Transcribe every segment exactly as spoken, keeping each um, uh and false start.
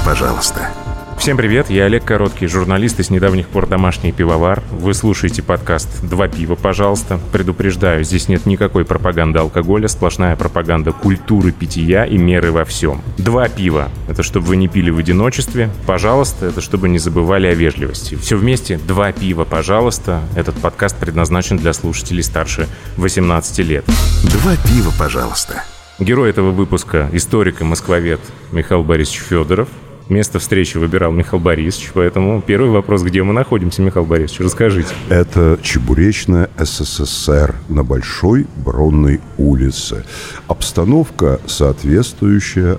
пожалуйста». Всем привет, я Олег Короткий, журналист и с недавних пор домашний пивовар. Вы слушаете подкаст «Два пива, пожалуйста». Предупреждаю, здесь нет никакой пропаганды алкоголя, сплошная пропаганда культуры питья и меры во всем. Два пива — это чтобы вы не пили в одиночестве. Пожалуйста — это чтобы не забывали о вежливости. Все вместе «Два пива, пожалуйста». Этот подкаст предназначен для слушателей старше восемнадцати лет. «Два пива, пожалуйста». Герой этого выпуска — историк и москвовед Михаил Борисович Федоров. Место встречи выбирал Михаил Борисович, поэтому первый вопрос: где мы находимся, Михаил Борисович, расскажите. Это Чебуречная СССР на Большой Бронной улице. Обстановка соответствующая,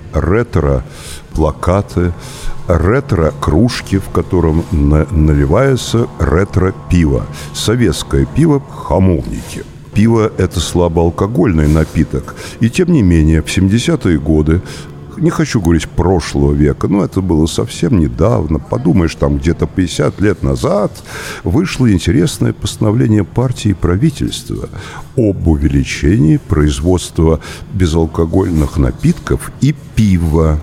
ретро-плакаты, ретро-кружки, в котором на- наливается ретро-пиво. Советское пиво «Хамовники». Пиво – это слабоалкогольный напиток. И тем не менее, в семидесятые годы, не хочу говорить прошлого века, но это было совсем недавно, подумаешь, там где-то пятьдесят лет назад, вышло интересное постановление партии и правительства об увеличении производства безалкогольных напитков и пива.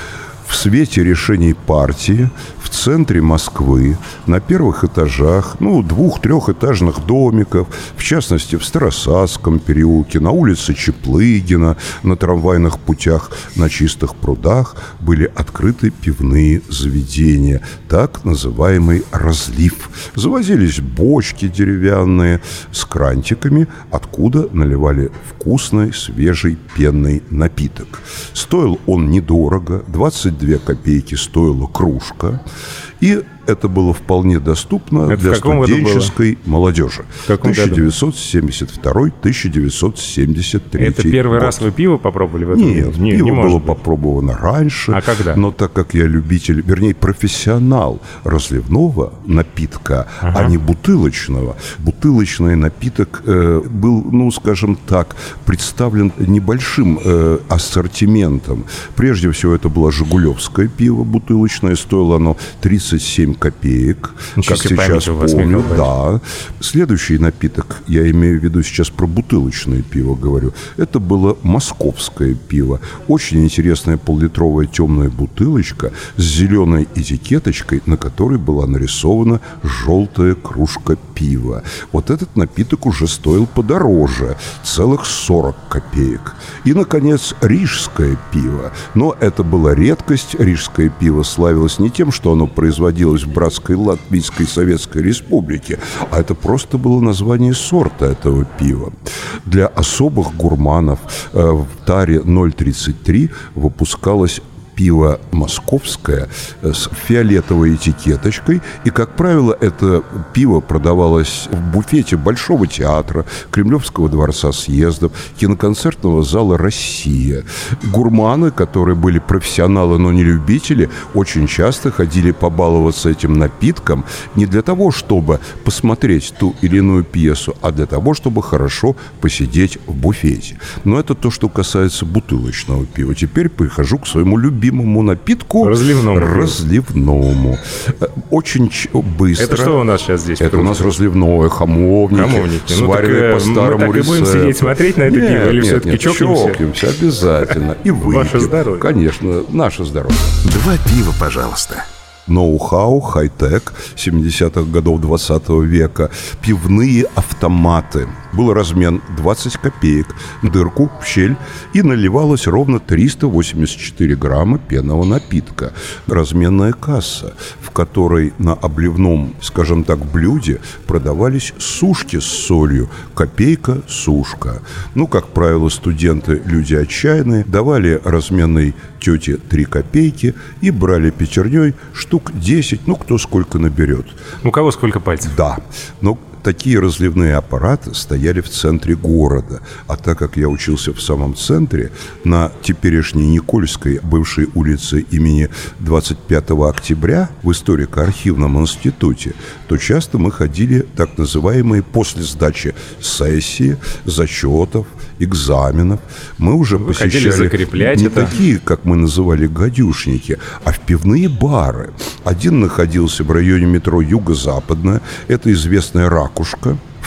В свете решений партии в центре Москвы на первых этажах, ну, двух-трехэтажных домиков, в частности, в Старосадском переулке, на улице Чаплыгина, на трамвайных путях, на Чистых прудах были открыты пивные заведения, так называемый разлив. Завозились бочки деревянные с крантиками, откуда наливали вкусный, свежий пенный напиток. Стоил он недорого, двадцать две копейки стоила кружка. И это было вполне доступно это для студенческой молодежи. тысяча девятьсот семьдесят второй — тысяча девятьсот семьдесят третий Это первый год. раз вы пиво попробовали в этом? Нет, не, пиво не было быть. попробовано раньше. А когда? Но так как я любитель, вернее, профессионал разливного напитка, ага. а не бутылочного, бутылочный напиток э, был, ну, скажем так, представлен небольшим э, ассортиментом. Прежде всего, это было жигулевское пиво бутылочное. Стоило оно тридцать семь копеек, Ничего как сейчас помню. Да. Следующий напиток, я имею в виду сейчас про бутылочное пиво говорю, это было московское пиво. Очень интересная поллитровая темная бутылочка с зеленой этикеточкой, на которой была нарисована желтая кружка пива. Вот этот напиток уже стоил подороже, целых сорок копеек. И, наконец, рижское пиво. Но это была редкость. Рижское пиво славилось не тем, что оно производилось в братской Латвийской Советской Республике, а это просто было название сорта этого пива. Для особых гурманов э, в таре ноль тридцать три выпускалось пиво московское с фиолетовой этикеточкой. И, как правило, это пиво продавалось в буфете Большого театра, Кремлевского дворца съездов, киноконцертного зала «Россия». Гурманы, которые были профессионалы, но не любители, очень часто ходили побаловаться этим напитком не для того, чтобы посмотреть ту или иную пьесу, а для того, чтобы хорошо посидеть в буфете. Но это то, что касается бутылочного пива. Теперь перехожу к своему любимому любимому напитку разливному. разливному. Очень быстро. Это что у нас сейчас здесь? Это у нас разливное, хамовники, хамовники. сваренные ну, по старому мы так рецепту. И будем сидеть смотреть на это нет, пиво или нет, все-таки нет, чокнемся? Чокнемся обязательно. И выпьем. Ваше здоровье. Конечно, наше здоровье. «Два пива, пожалуйста». Ноу-хау, хай-тек семидесятых годов двадцатого века. Пивные автоматы. Был размен двадцать копеек, дырку в щель, и наливалось ровно триста восемьдесят четыре грамма пенного напитка. Разменная касса, в которой на обливном, скажем так, блюде продавались сушки с солью. Копейка – сушка. Ну, как правило, студенты, люди отчаянные, давали разменной тете три копейки и брали пятерней штук десять, ну, кто сколько наберет. У кого сколько пальцев? Да, но такие разливные аппараты стояли в центре города. А так как я учился в самом центре, на теперешней Никольской, бывшей улице имени двадцать пятого октября, в историко-архивном институте, то часто мы ходили так называемые после сдачи сессии, зачетов, экзаменов. Мы уже Вы посещали закреплять не это? такие, как мы называли, гадюшники, а в пивные бары. Один находился в районе метро Юго-Западное. Это известная «Ракушка».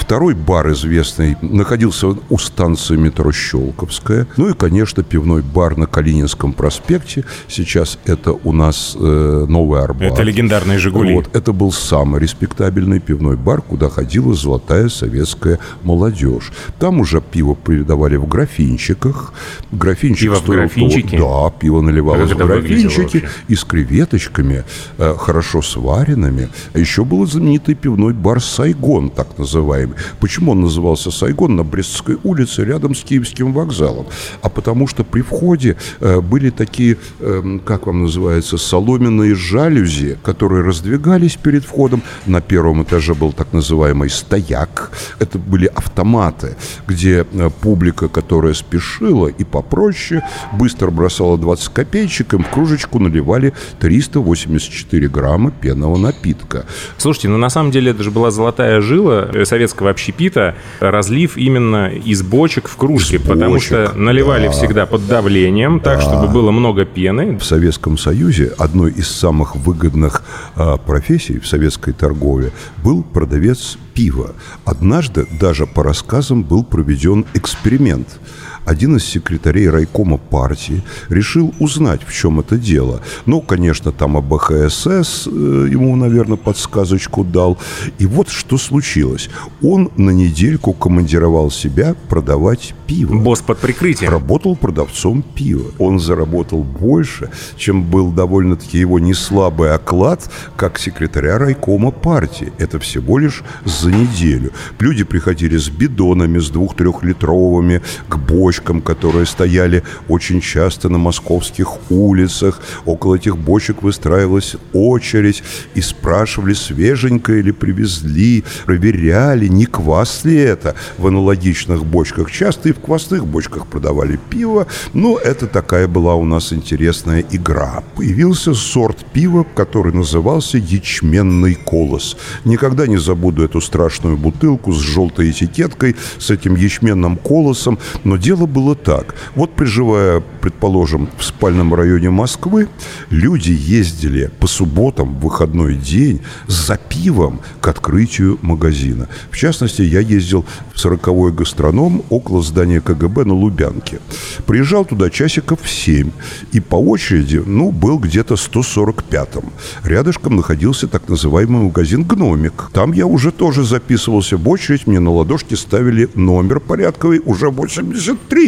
Второй бар известный находился у станции метро Щелковская. Ну и, конечно, пивной бар на Калининском проспекте. Сейчас это у нас э, Новый Арбат. Это легендарные «Жигули». Вот, это был самый респектабельный пивной бар, куда ходила золотая советская молодежь. Там уже пиво передавали в графинчиках. Графинчик пиво в графинчике? Да, пиво наливалось как в графинчики и с креветочками, э, хорошо сваренными. А еще был знаменитый пивной бар «Сайгон», так называемый. Почему он назывался «Сайгон»? На Брестской улице, рядом с Киевским вокзалом. А потому что при входе э, были такие, э, как вам называется, соломенные жалюзи, которые раздвигались перед входом. На первом этаже был так называемый стояк. Это были автоматы, где э, публика, которая спешила и попроще, быстро бросала двадцать копеечек, им в кружечку наливали триста восемьдесят четыре грамма пенного напитка. Слушайте, ну на самом деле это же была золотая жила советского общепита, разлив именно из бочек в кружки, бочек, потому что наливали да. всегда под давлением, да. так, чтобы было много пены. В Советском Союзе одной из самых выгодных а, профессий в советской торговле был продавец пива. Однажды даже по рассказам был проведен эксперимент. Один из секретарей райкома партии решил узнать, в чем это дело. Ну, конечно, там об бэ ха эс эс э, ему, наверное, подсказочку дал. И вот что случилось. Он на недельку командировал себя продавать пиво. Босс под прикрытием. Работал продавцом пива. Он заработал больше, чем был довольно-таки его неслабый оклад, как секретаря райкома партии. Это всего лишь за неделю. Люди приходили с бидонами, с двух-трехлитровыми, к бочкам, которые стояли очень часто на московских улицах. Около этих бочек выстраивалась очередь и спрашивали, свеженькое ли привезли, проверяли, не квас ли это в аналогичных бочках. Часто и в квасных бочках продавали пиво, но это такая была у нас интересная игра. Появился сорт пива, который назывался ячменный колос. Никогда не забуду эту страшную бутылку с желтой этикеткой, с этим ячменным колосом, но дело было так. Вот, проживая, предположим, в спальном районе Москвы, люди ездили по субботам в выходной день за пивом к открытию магазина. В частности, я ездил в сороковой гастроном около здания ка гэ бэ на Лубянке. Приезжал туда часиков в семь. И по очереди, ну, был где-то сто сорок пятом. Рядышком находился так называемый магазин «Гномик». Там я уже тоже записывался в очередь. Мне на ладошки ставили номер порядковый, уже восемьдесят три.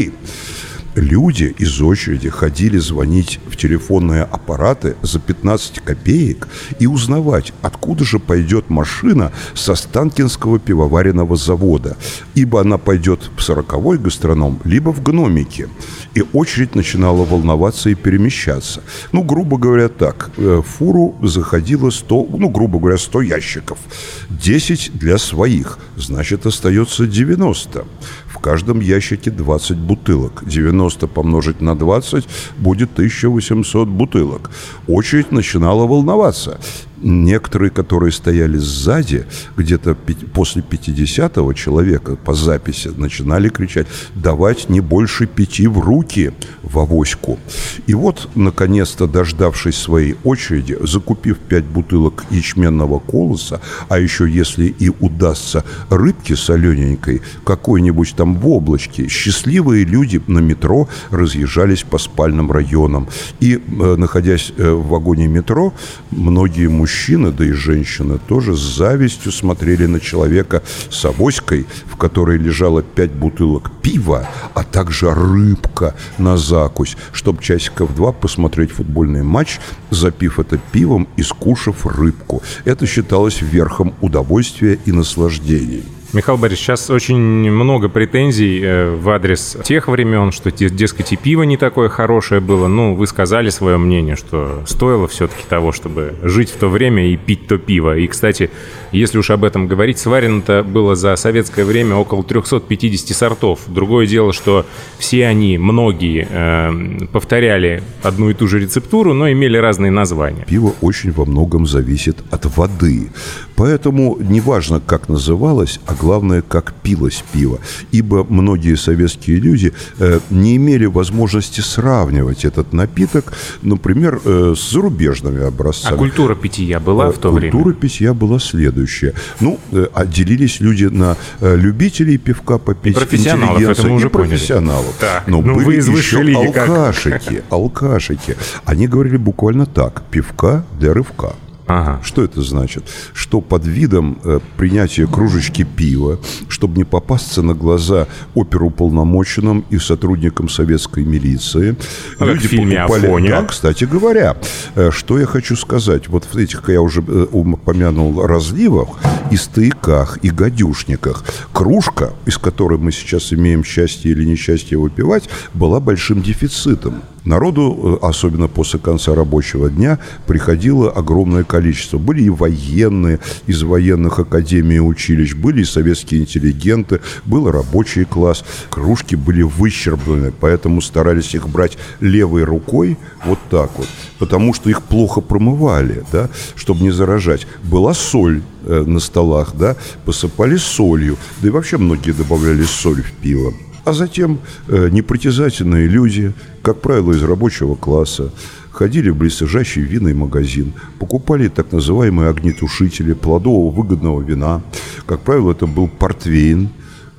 Люди из очереди ходили звонить в телефонные аппараты за пятнадцать копеек и узнавать, откуда же пойдет машина с Останкинского пивоваренного завода. Ибо она пойдет в сороковой гастроном, либо в «Гномике». И очередь начинала волноваться и перемещаться. Ну, грубо говоря, так. В фуру заходило сто, ну, грубо говоря, сто ящиков. десять для своих. Значит, остается девяносто. В каждом ящике двадцать бутылок. девяносто помножить на двадцать будет тысяча восемьсот бутылок. Очередь начинала волноваться. Некоторые, которые стояли сзади, где-то после пятидесятого человека по записи, начинали кричать: давать не больше пяти в руки в авоську. И вот, наконец-то, дождавшись своей очереди, закупив пять бутылок ячменного колоса, а еще если и удастся рыбки солененькой, какой-нибудь там в облачке, счастливые люди на метро разъезжались по спальным районам. И, э, находясь э, в вагоне метро, многие мужчины Мужчины, да и женщины тоже с завистью смотрели на человека с авоськой, в которой лежало пять бутылок пива, а также рыбка на закусь, чтобы часиков два посмотреть футбольный матч, запив это пивом и скушав рыбку. Это считалось верхом удовольствия и наслаждений. Михаил Борисович, сейчас очень много претензий в адрес тех времен, что, дескать, и пиво не такое хорошее было. Ну, вы сказали свое мнение, что стоило все-таки того, чтобы жить в то время и пить то пиво. И, кстати, если уж об этом говорить, сварено-то было за советское время около триста пятьдесят сортов. Другое дело, что все они, многие, э, повторяли одну и ту же рецептуру, но имели разные названия. Пиво очень во многом зависит от воды. Поэтому неважно, как называлось, а главное, как пилось пиво. Ибо многие советские люди э, не имели возможности сравнивать этот напиток, например, э, с зарубежными образцами. А культура питья была в то культура время? Культура питья была следующая. Ну, э, отделились люди на э, любителей пивка попить, и профессионалов, это мы уже и профессионалов. Так, но ну, были вы еще как? алкашики, алкашики. Они говорили буквально так: пивка для рывка. Ага. Что это значит? Что под видом э, принятия кружечки пива, чтобы не попасться на глаза оперуполномоченным и сотрудникам советской милиции, а люди в фильме покупали... «Афоня». Да, кстати говоря, э, что я хочу сказать. Вот в этих, я уже э, упомянул, разливах и стояках, и гадюшниках, кружка, из которой мы сейчас имеем счастье или несчастье выпивать, была большим дефицитом. Народу, особенно после конца рабочего дня, приходило огромное количество. Были и военные из военных академий и училищ, были и советские интеллигенты, был рабочий класс. Кружки были выщерблены, поэтому старались их брать левой рукой вот так вот, потому что их плохо промывали, да, чтобы не заражать. Была соль э, на столах, да, посыпали солью, да и вообще многие добавляли соль в пиво. А затем э, непритязательные люди, как правило, из рабочего класса, ходили в близлежащий винный магазин, покупали так называемые огнетушители плодового выгодного вина. Как правило, это был портвейн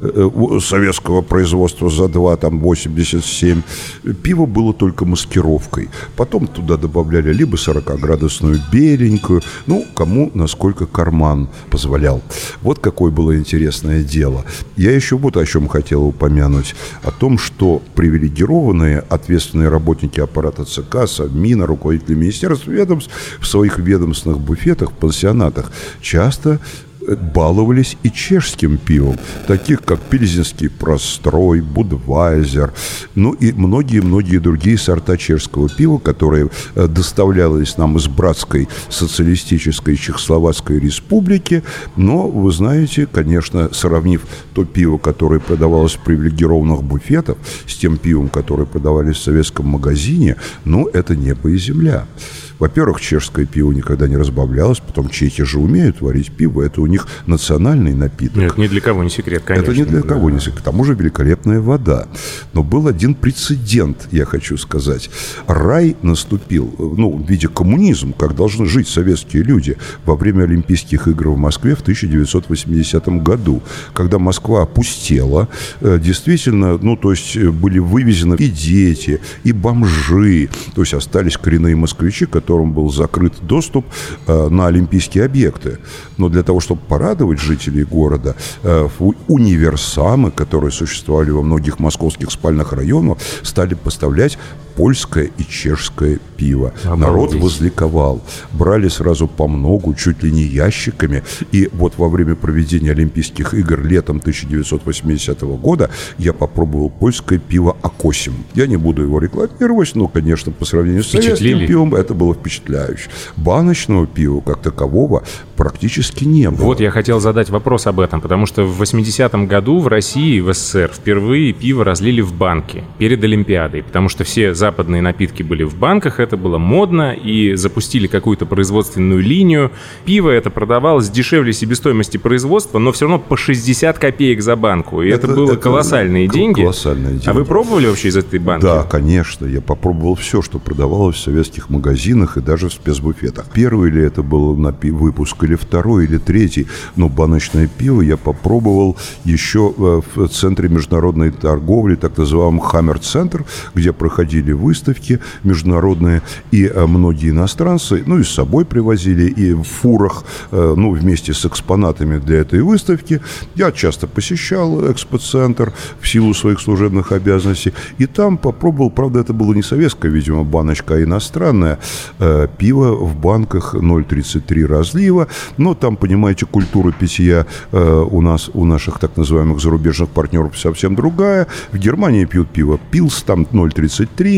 советского производства за два, там, восемьдесят семь. Пиво было только маскировкой. Потом туда добавляли либо сорокаградусную беленькую, ну, кому насколько карман позволял. Вот какое было интересное дело. Я еще вот о чем хотел упомянуть. О том, что привилегированные ответственные работники аппарата ЦК, Совмина, руководители министерств, ведомств в своих ведомственных буфетах, пансионатах часто баловались и чешским пивом, таких как Пилзенский простой, Будвайзер, ну и многие-многие другие сорта чешского пива, которые доставлялись нам из братской социалистической Чехословацкой республики. Но, вы знаете, конечно, сравнив то пиво, которое продавалось в привилегированных буфетах, с тем пивом, которое продавались в советском магазине, ну, это небо и земля. Во-первых, чешское пиво никогда не разбавлялось, потом чехи же умеют варить пиво, это у них национальный напиток. Нет, ни для кого не секрет, конечно. Это ни для да. кого не секрет. К тому же великолепная вода. Но был один прецедент, я хочу сказать. Рай наступил, ну, в виде коммунизма, как должны жить советские люди во время Олимпийских игр в Москве в тысяча девятьсот восьмидесятом году, когда Москва опустела, действительно, ну, то есть были вывезены и дети, и бомжи, то есть остались коренные москвичи, которые которым был закрыт доступ э, на олимпийские объекты. Но для того, чтобы порадовать жителей города, э, универсамы, которые существовали во многих московских спальных районах, стали поставлять польское и чешское пиво. Обалдеть. Народ возликовал. Брали сразу по многу, чуть ли не ящиками. И вот во время проведения Олимпийских игр летом тысяча девятьсот восьмидесятого года я попробовал польское пиво «Акосим». Я не буду его рекламировать, но, конечно, по сравнению с советским пивом это было впечатляюще. Баночного пива, как такового, практически не было. Вот я хотел задать вопрос об этом, потому что в восьмидесятом году в России, в СССР впервые пиво разлили в банки перед Олимпиадой, потому что все западные напитки были в банках, это было модно, и запустили какую-то производственную линию. Пиво это продавалось дешевле себестоимости производства, но все равно по шестьдесят копеек за банку. И это, это было это колоссальные это деньги. Колоссальные деньги. А вы пробовали вообще из этой банки? Да, конечно. Я попробовал все, что продавалось в советских магазинах и даже в спецбуфетах. Первый ли это был выпуск, или второй, или третий. Но баночное пиво я попробовал еще в Центре международной торговли, так называемом Хаммер-центр, где проходили выставки международные, и многие иностранцы, ну, и с собой привозили, и в фурах, ну, вместе с экспонатами для этой выставки. Я часто посещал экспоцентр в силу своих служебных обязанностей, и там попробовал, правда, это было не советская, видимо, баночка, а иностранная, пиво в банках ноль тридцать три разлива, но там, понимаете, культура питья у нас, у наших так называемых зарубежных партнеров совсем другая. В Германии пьют пиво Пилс, там ноль тридцать три,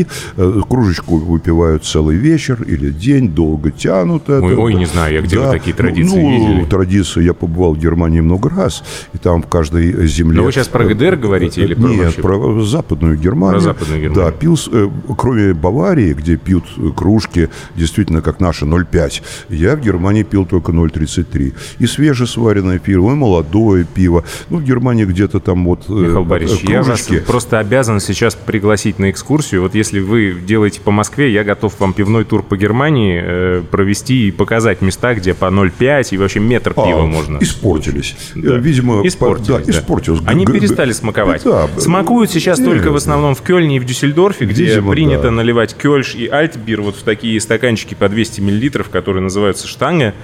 три. Кружечку выпивают целый вечер или день, долго тянут это. Ой, ой, не знаю, я где да. вы такие традиции ну, видели? Традиции, я побывал в Германии много раз, и там в каждой земле... Но вы сейчас про ГДР говорите или про... Нет, вообще? про Западную Германию. Про Западную Германию. Да, пил, кроме Баварии, где пьют кружки, действительно, как наши, ноль пять, я в Германии пил только ноль тридцать три. И свежесваренное пиво, и молодое пиво. Ну, в Германии где-то там вот Михаил Борисович, кружечки. Я вас просто обязан сейчас пригласить на экскурсию. Вот если вы делаете по Москве, я готов вам пивной тур по Германии э, провести и показать места, где по ноль пять и вообще метр пива а, можно. Испортились. Да. Видимо, испортились, по, да, да. испортилось. Они Г- перестали смаковать. Да. Смакуют сейчас Нет. только в основном в Кёльне и в Дюссельдорфе, где Видимо, принято да. наливать кёльш и альтбир вот в такие стаканчики по двести миллилитров, которые называются штанга,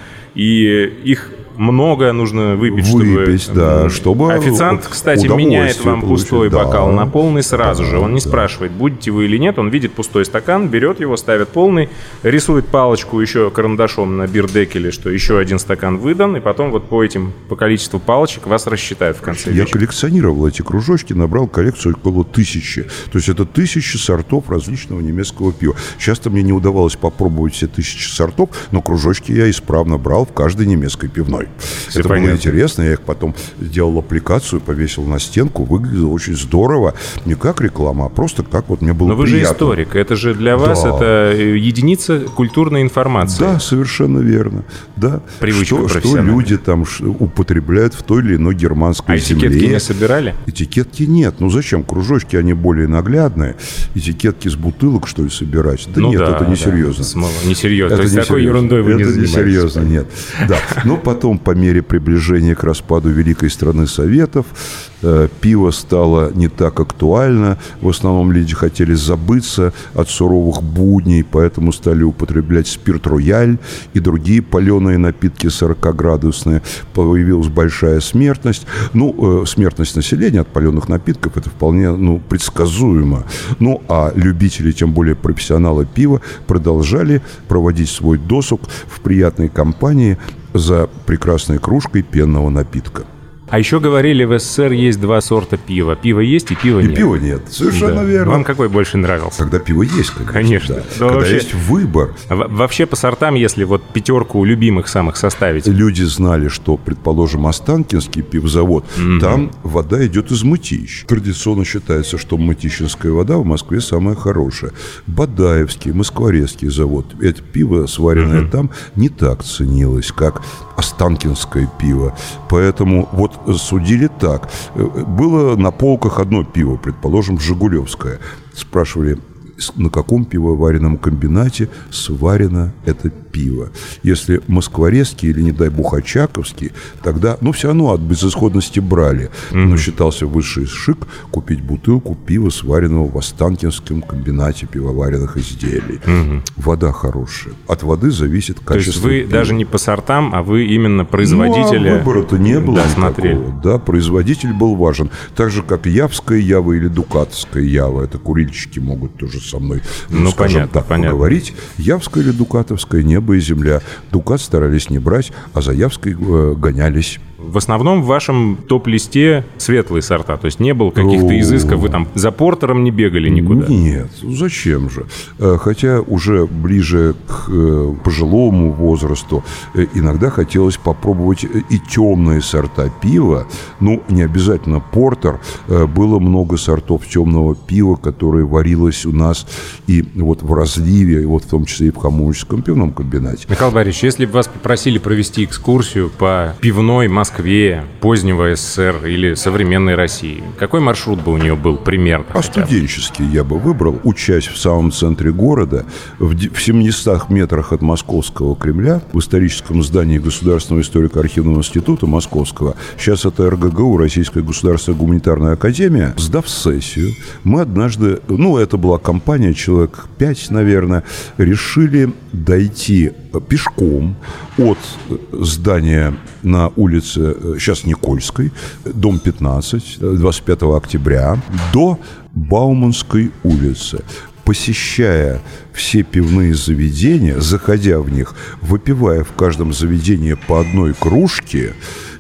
и их много нужно выпить, Выпить, чтобы... да, чтобы... Официант, кстати, меняет вам получить. пустой да. бокал на полный сразу да, же. Он не да. спрашивает, будете вы или нет. Он видит пустой стакан, берет его, ставит полный, рисует палочку еще карандашом на бирдекеле, что еще один стакан выдан, и потом вот по этим, по количеству палочек вас рассчитают в конце Я вечера. коллекционировал эти кружочки, набрал коллекцию около тысячи. То есть это тысячи сортов различного немецкого пива. Часто мне не удавалось попробовать все тысячи сортов, но кружочки я исправно брал в каждой немецкой пивной. Все это понятно. было интересно, я их потом сделал аппликацию, повесил на стенку, выглядело очень здорово, не как реклама, а просто так вот мне было Но вы приятно. же историк, это же для вас да. это единица культурной информации. Да, совершенно верно. Да. Привычка что, что люди там употребляют в той или иной германской а земле. А этикетки не собирали? Этикетки нет. Ну зачем? Кружочки, они более наглядные. Этикетки с бутылок, что ли, собирать? Да ну нет, да, это несерьезно. Да. Несерьезно. Это То есть не такой серьезно. ерундой вы это не занимаетесь. Это несерьезно, нет. Да. Но потом, по мере приближения к распаду великой страны Советов, э, пиво стало не так актуально. В основном люди хотели забыться от суровых будней, поэтому стали употреблять спирт-рояль и другие паленые напитки сорокаградусные. Появилась большая смертность. Ну, э, смертность населения от паленых напитков – это вполне ну, предсказуемо. Ну, а любители, тем более профессионалы пива, продолжали проводить свой досуг в приятной компании за прекрасной кружкой пенного напитка. А еще говорили, в СССР есть два сорта пива. Пиво есть и пива и нет. И пива нет, совершенно да. верно. Вам какой больше нравился? Когда пиво есть, конечно. Конечно. Да. Но Когда вообще, есть выбор. Вообще по сортам, если вот пятерку любимых самых составить. Люди знали, что, предположим, Останкинский пивзавод, mm-hmm. там вода идет из Мытищ. Традиционно считается, что мытищинская вода в Москве самая хорошая. Бадаевский, Москворецкий завод. Это пиво, сваренное mm-hmm. там, не так ценилось, как Останкинское пиво. Поэтому вот судили так. Было на полках одно пиво, предположим, Жигулевское. Спрашивали, на каком пивоваренном комбинате сварено это пиво. Если москворецкий или, не дай бог, очаковский, тогда, ну, все равно от безысходности брали. Mm-hmm. Но считался высший шик купить бутылку пива, сваренного в Останкинском комбинате пивоваренных изделий. Mm-hmm. Вода хорошая. От воды зависит качество То есть вы пива. даже не по сортам, а вы именно производителя... Ну, а выбора-то не было да, никакого. Смотрели. Да, производитель был важен. Так же, как Явская Ява или Дукатовская Ява. Это курильщики могут тоже со мной, ну, ну скажем понятно, так, понятно. поговорить. Явская или Дукатовская, небо и земля. Дукат старались не брать, а за Явской э, гонялись. В основном в вашем топ-листе светлые сорта. То есть не было каких-то О-о-о. изысков. Вы там за портером не бегали никуда. Нет, зачем же? Хотя уже ближе к пожилому возрасту иногда хотелось попробовать и темные сорта пива. Ну, не обязательно портер. Было много сортов темного пива, которое варилось у нас и вот в разливе, и вот в том числе и в Хамовническом пивном комбинате. Михаил Борисович, если бы вас попросили провести экскурсию по пивной Москве, Москве, позднего СССР или современной России, какой маршрут бы у нее был примерно? А студенческий я бы выбрал, учась в самом центре города, в семистах метрах от Московского Кремля, в историческом здании Государственного историко-архивного института Московского. Сейчас это эр гэ гэ у, Российская государственная гуманитарная академия. Сдав сессию, мы однажды, ну, это была компания, человек пять, наверное, решили дойти пешком от здания на улице, сейчас Никольской, дом пятнадцать, двадцать пятого октября, до Бауманской улицы, посещая все пивные заведения, заходя в них, выпивая в каждом заведении по одной кружке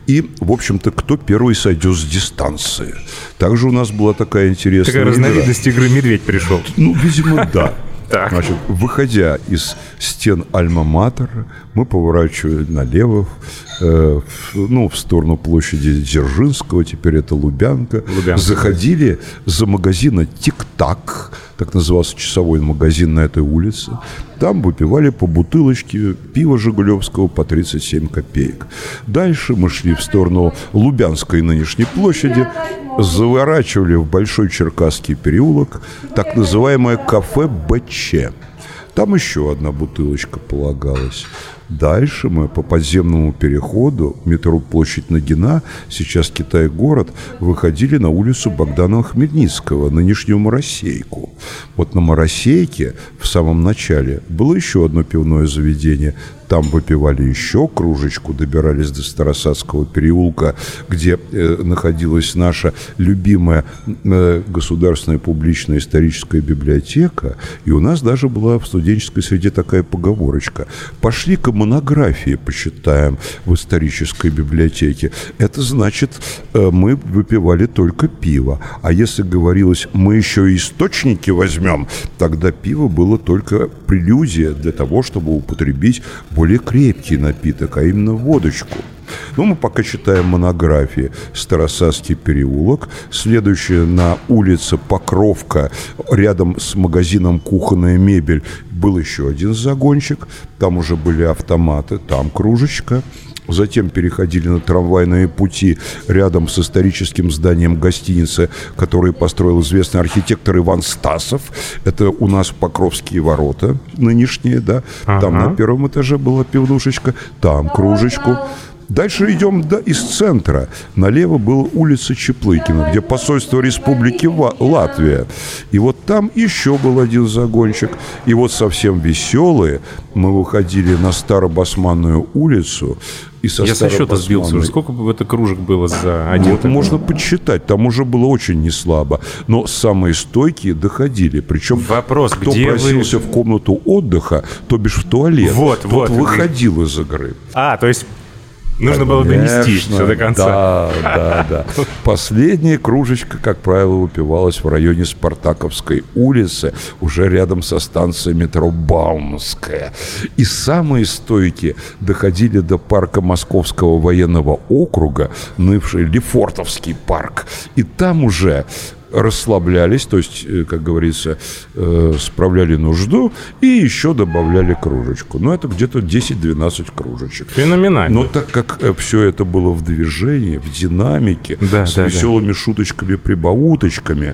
И, в общем-то, кто первый сойдет с дистанции. Также у нас была такая интересная Такая игра. разновидность игры «Медведь пришел». Ну, видимо, да. Так. Значит, выходя из стен Альма-Матера, мы поворачивали налево, э, в, ну, в сторону площади Дзержинского, теперь это Лубянка. Лубянка. Заходили за магазина «Тик-так», так назывался часовой магазин на этой улице. Там выпивали по бутылочке пива Жигулевского по тридцать семь копеек. Дальше мы шли в сторону Лубянской нынешней площади, заворачивали в Большой Черкасский переулок, так называемое кафе «БЧ». Там еще одна бутылочка полагалась. Дальше мы по подземному переходу, метро Площадь Нагина, сейчас Китай-город, выходили на улицу Богданова-Хмельницкого, нынешнюю Моросейку. Вот на Моросейке в самом начале было еще одно пивное заведение. Там выпивали еще кружечку, добирались до Старосадского переулка, где э, находилась наша любимая э, государственная публичная историческая библиотека. И у нас даже была в студенческой среде такая поговорочка: пошли-ка монографии почитаем в исторической библиотеке. Это значит, э, мы выпивали только пиво. А если говорилось, мы еще и источники возьмем, тогда пиво было только прелюдия для того, чтобы употребить более крепкий напиток, а именно водочку. Ну, мы пока читаем монографии. Старосадский переулок. Следующая на улице Покровка, рядом с магазином «Кухонная мебель», был еще один загончик. Там уже были автоматы, там кружечка. Затем переходили на трамвайные пути рядом с историческим зданием гостиницы, которую построил известный архитектор Иван Стасов. Это у нас Покровские ворота нынешние, да. Ага. Там на первом этаже была пивнушечка, там кружечку. Дальше идем да, из центра. Налево была улица Чеплыкина, где посольство Республики Латвия. И вот там еще был один загончик. И вот совсем веселые мы выходили на Старобасманную улицу. И со Я со счета сбился уже. Сколько бы это кружек было за один? Вот можно подсчитать. Там уже было очень неслабо. Но самые стойкие доходили. Причем вопрос, кто где просился вы... в комнату отдыха, то бишь в туалет, вот, тот вот, выходил вы... из игры. А, то есть... Нужно было донести все до конца. Да, да, да. Последняя кружечка, как правило, выпивалась в районе Спартаковской улицы, уже рядом со станцией метро Бауманская. И самые стойкие доходили до парка Московского военного округа, нывший Лефортовский парк. И там уже расслаблялись, то есть, как говорится, э, справляли нужду и еще добавляли кружечку. Ну, это где-то десять-двенадцать кружечек. Феноменально. Но так как все это было в движении, в динамике, да, с да, веселыми да. шуточками, прибауточками,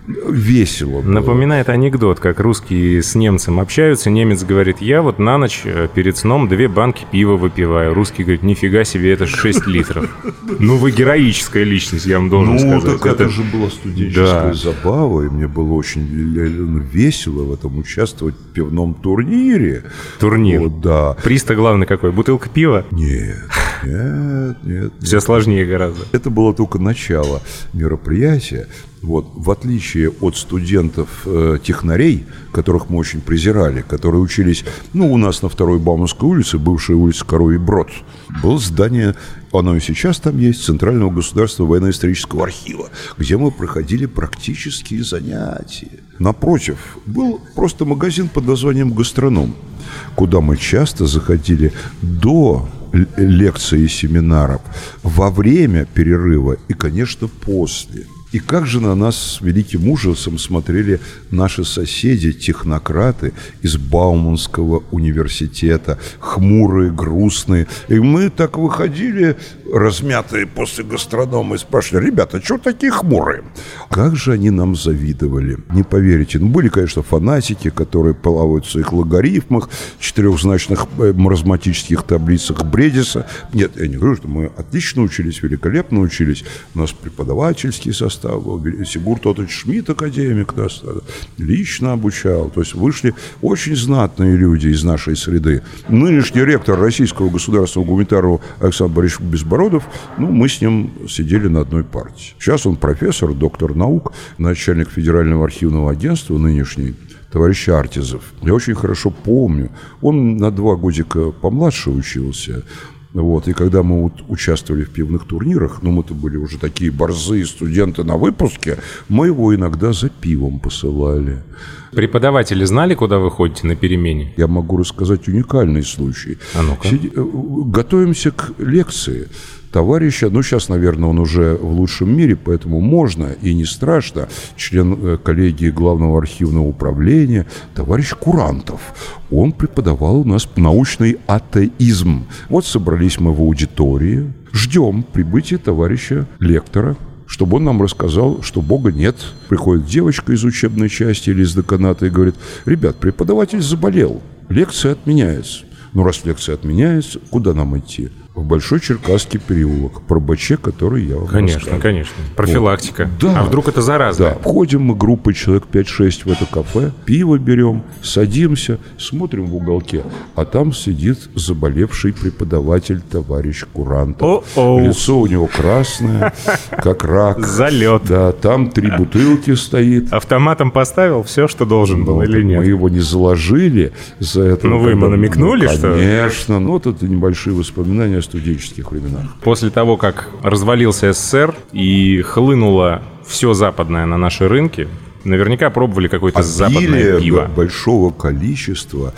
весело было. Напоминает анекдот, как русские с немцем общаются. Немец говорит: я вот на ночь перед сном две банки пива выпиваю. Русский говорит: нифига себе, это шесть литров. Ну, вы героическая личность, я вам должен сказать. Ну, так это же было студенческая да. забава, и мне было очень весело в этом участвовать в пивном турнире. Турнир? Вот, да. Приз-то главный какой? Бутылка пива? Нет, нет, нет. Все нет. сложнее гораздо. Это было только начало мероприятия. Вот, в отличие от студентов-технарей, э, которых мы очень презирали, которые учились, ну, у нас на Второй Бауманской улице, бывшая улица Коровий Брод, было здание, оно и сейчас там есть, Центрального государственного военно-исторического архива, где мы проходили практические занятия. Напротив, был просто магазин под названием «Гастроном», куда мы часто заходили до лекций и семинаров, во время перерыва и, конечно, после. И как же на нас с великим ужасом смотрели наши соседи, технократы из Бауманского университета, хмурые, грустные. И мы так выходили, размятые после гастронома, и спрашивали: ребята, что такие хмурые? Как же они нам завидовали, не поверите. Ну, были, конечно, фанатики, которые плавают в своих логарифмах, четырехзначных маразматических таблицах Бредиса. Нет, я не говорю, что мы отлично учились, великолепно учились. У нас преподавательский состав был, Сигурд Отович Шмидт, академик, нас лично обучал. То есть вышли очень знатные люди из нашей среды. Нынешний ректор Российского государственного гуманитарного Александр Борисович Безбородов, ну, мы с ним сидели на одной партии. Сейчас он профессор, доктор наук, начальник Федерального архивного агентства нынешний, товарищ Артизов. Я очень хорошо помню. Он на два годика помладше учился. Вот. И когда мы вот участвовали в пивных турнирах, ну, мы-то были уже такие борзые студенты на выпуске, мы его иногда за пивом посылали. Преподаватели знали, куда вы ходите на перемене? Я могу рассказать уникальный случай. А ну-ка. Сиди... Готовимся к лекции. Товарища, ну, сейчас, наверное, он уже в лучшем мире, поэтому можно и не страшно, член коллегии Главного архивного управления, товарищ Курантов. Он преподавал у нас научный атеизм. Вот собрались мы в аудитории, ждем прибытия товарища лектора, чтобы он нам рассказал, что Бога нет. Приходит девочка из учебной части или из деканата и говорит: ребят, преподаватель заболел, лекция отменяется. Ну, раз лекция отменяется, куда нам идти? В Большой Черкасский переулок, про БЧ, который я вам Конечно, рассказывал. Конечно, профилактика. Вот. Да. А вдруг это заразно? Да. Входим мы группой человек пять-шесть в это кафе, пиво берем, садимся, смотрим в уголке, а там сидит заболевший преподаватель товарищ Курантов. О-оу. Лицо у него красное, как рак. Залет. Да, там три бутылки стоит. Автоматом поставил все, что должен был, Ну, или нет? Мы его не заложили за это. Ну, вы ему намекнули, ну, что? Конечно. Ну, вот это небольшие воспоминания о студенческих временах. После того, как развалился СССР и хлынуло все западное на наши рынки, наверняка пробовали какое-то западное пиво. Большого количества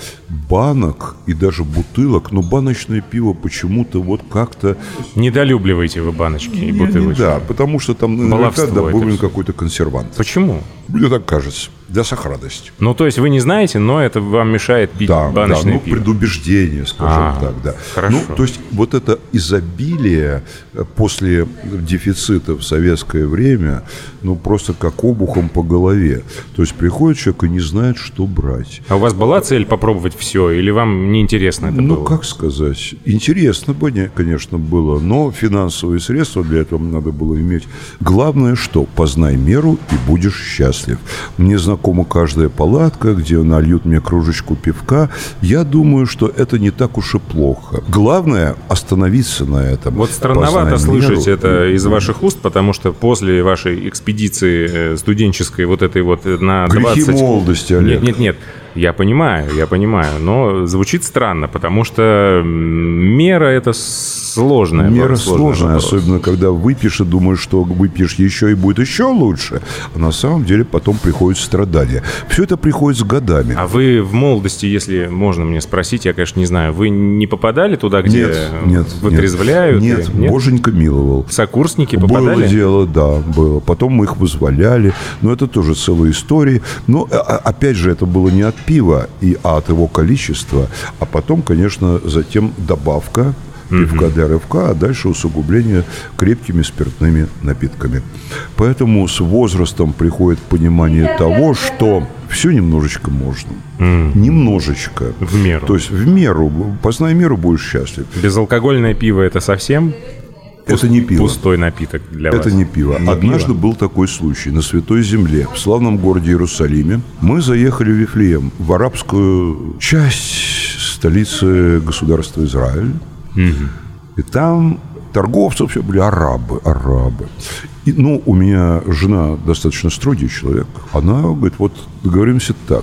банок и даже бутылок, но баночное пиво почему-то вот как-то... Недолюбливаете вы баночки и бутылочки? Да, потому что там наверняка добавлен какой-то консервант. Почему? Мне так кажется. Для сохранности. Ну, то есть вы не знаете, но это вам мешает пить да, баночное да, ну, пиво? предубеждение, скажем а, так, да. Хорошо. Ну, то есть вот это изобилие после дефицита в советское время, ну, просто как обухом по голове. То есть приходит человек и не знает, что брать. А у вас была цель попробовать все, или вам неинтересно это ну, было? Ну, как сказать? Интересно бы, конечно, было, но финансовые средства для этого надо было иметь. Главное, что познай меру и будешь счастлив. Мне знакомо каждая палатка, где нальют мне кружечку пивка. Я думаю, что это не так уж и плохо. Главное остановиться на этом. Вот странновато слышать это из ваших уст, потому что после вашей экспедиции студенческой вот этой вот на двадцать... Грехи молодости, Олег. Нет, нет, нет. Я понимаю, я понимаю, но звучит странно, потому что мера это сложная. Мера сложная, особенно когда выпьешь и думаешь, что выпьешь еще и будет еще лучше, а на самом деле потом приходят страдания. Все это приходит с годами. А вы в молодости, если можно мне спросить, я, конечно, не знаю, вы не попадали туда, где нет, нет, вытрезвляют? Нет, нет, боженька миловал. Сокурсники попадали? Было дело, да, было. Потом мы их вызволяли, но это тоже целая история. Но, опять же, это было не от пива, и, а от его количества. А потом, конечно, затем добавка пивка для рывка, а дальше усугубление крепкими спиртными напитками. Поэтому с возрастом приходит понимание того, что все немножечко можно. Mm. Немножечко. В меру. То есть в меру. Познай меру, будешь счастлив. Безалкогольное пиво – это совсем... Это не пиво. Пустой напиток для это вас. Это не пиво. Не Однажды пиво. был такой случай. На Святой Земле, в славном городе Иерусалиме, мы заехали в Вифлеем, в арабскую часть столицы государства Израиль. Угу. И там торговцы все были арабы, арабы. И, ну, у меня жена достаточно строгий человек. Она говорит, вот договоримся так,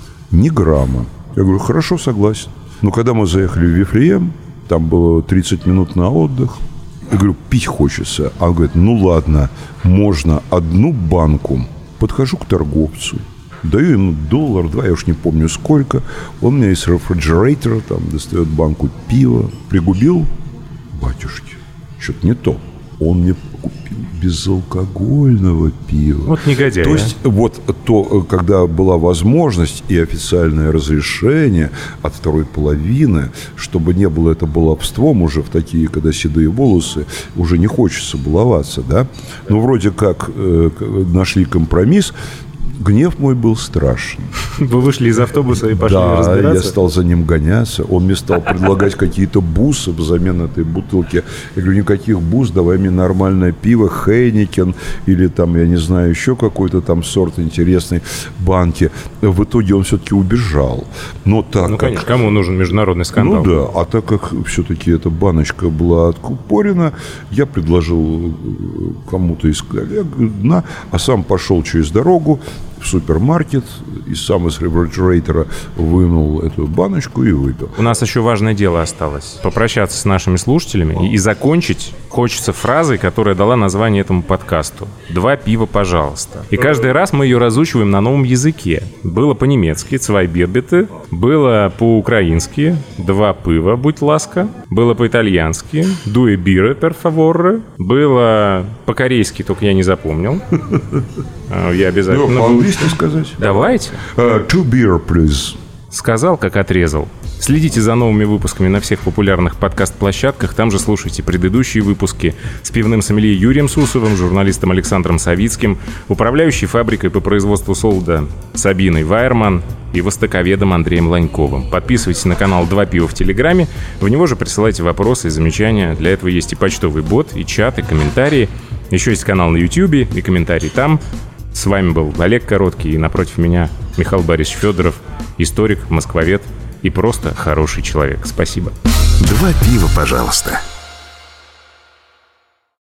ни грамма. Я говорю, хорошо, согласен. Но когда мы заехали в Вифлеем, там было тридцать минут на отдых. Я говорю, пить хочется. А он говорит, ну ладно, можно одну банку. Подхожу к торговцу, даю ему доллар, два, я уж не помню сколько. Он у меня из рефрижератора там достает банку пива. Пригубил, батюшки, что-то не то. Он мне купил безалкогольного пива. Вот негодяй. То есть а? вот то, когда была возможность и официальное разрешение от второй половины, чтобы не было это баловством уже в такие, когда седые волосы, уже не хочется баловаться, да? Но вроде как э, нашли компромисс. Гнев мой был страшен. Вы вышли из автобуса и пошли да, разбираться? Да, я стал за ним гоняться. Он мне стал предлагать какие-то бусы взамен этой бутылки. Я говорю, никаких бус, давай мне нормальное пиво, Хейникен или там, я не знаю, еще какой-то там сорт интересной банки. В итоге он все-таки убежал. Но так ну, как... конечно, кому нужен международный скандал? Ну да, а так как все-таки эта баночка была откупорена, я предложил кому-то из коллег, на, а сам пошел через дорогу в супермаркет, из сам из рефрижератора вынул эту баночку и выпил. У нас еще важное дело осталось. Попрощаться с нашими слушателями и, и закончить хочется фразой, которая дала название этому подкасту. «Два пива, пожалуйста». И каждый раз мы ее разучиваем на новом языке. Было по-немецки «Zwei Bier bitte», было по-украински «Два пива, будь ласка», было по-итальянски «Due Biere per favore», было по-корейски, только я не запомнил. Я обязательно... Ну, по-английски сказать? Давайте. Uh, two beer, please. Сказал, как отрезал. Следите за новыми выпусками на всех популярных подкаст-площадках. Там же слушайте предыдущие выпуски с пивным сомелье Юрием Сусовым, журналистом Александром Савицким, управляющей фабрикой по производству солода Сабиной Вайерман и востоковедом Андреем Ланьковым. Подписывайтесь на канал «Два пива» в Телеграме. В него же присылайте вопросы и замечания. Для этого есть и почтовый бот, и чат, и комментарии. Еще есть канал на Ютьюбе, и комментарии там. С вами был Олег Короткий, и напротив меня Михаил Борисович Федоров, историк, москвовед и просто хороший человек. Спасибо. Два пива, пожалуйста.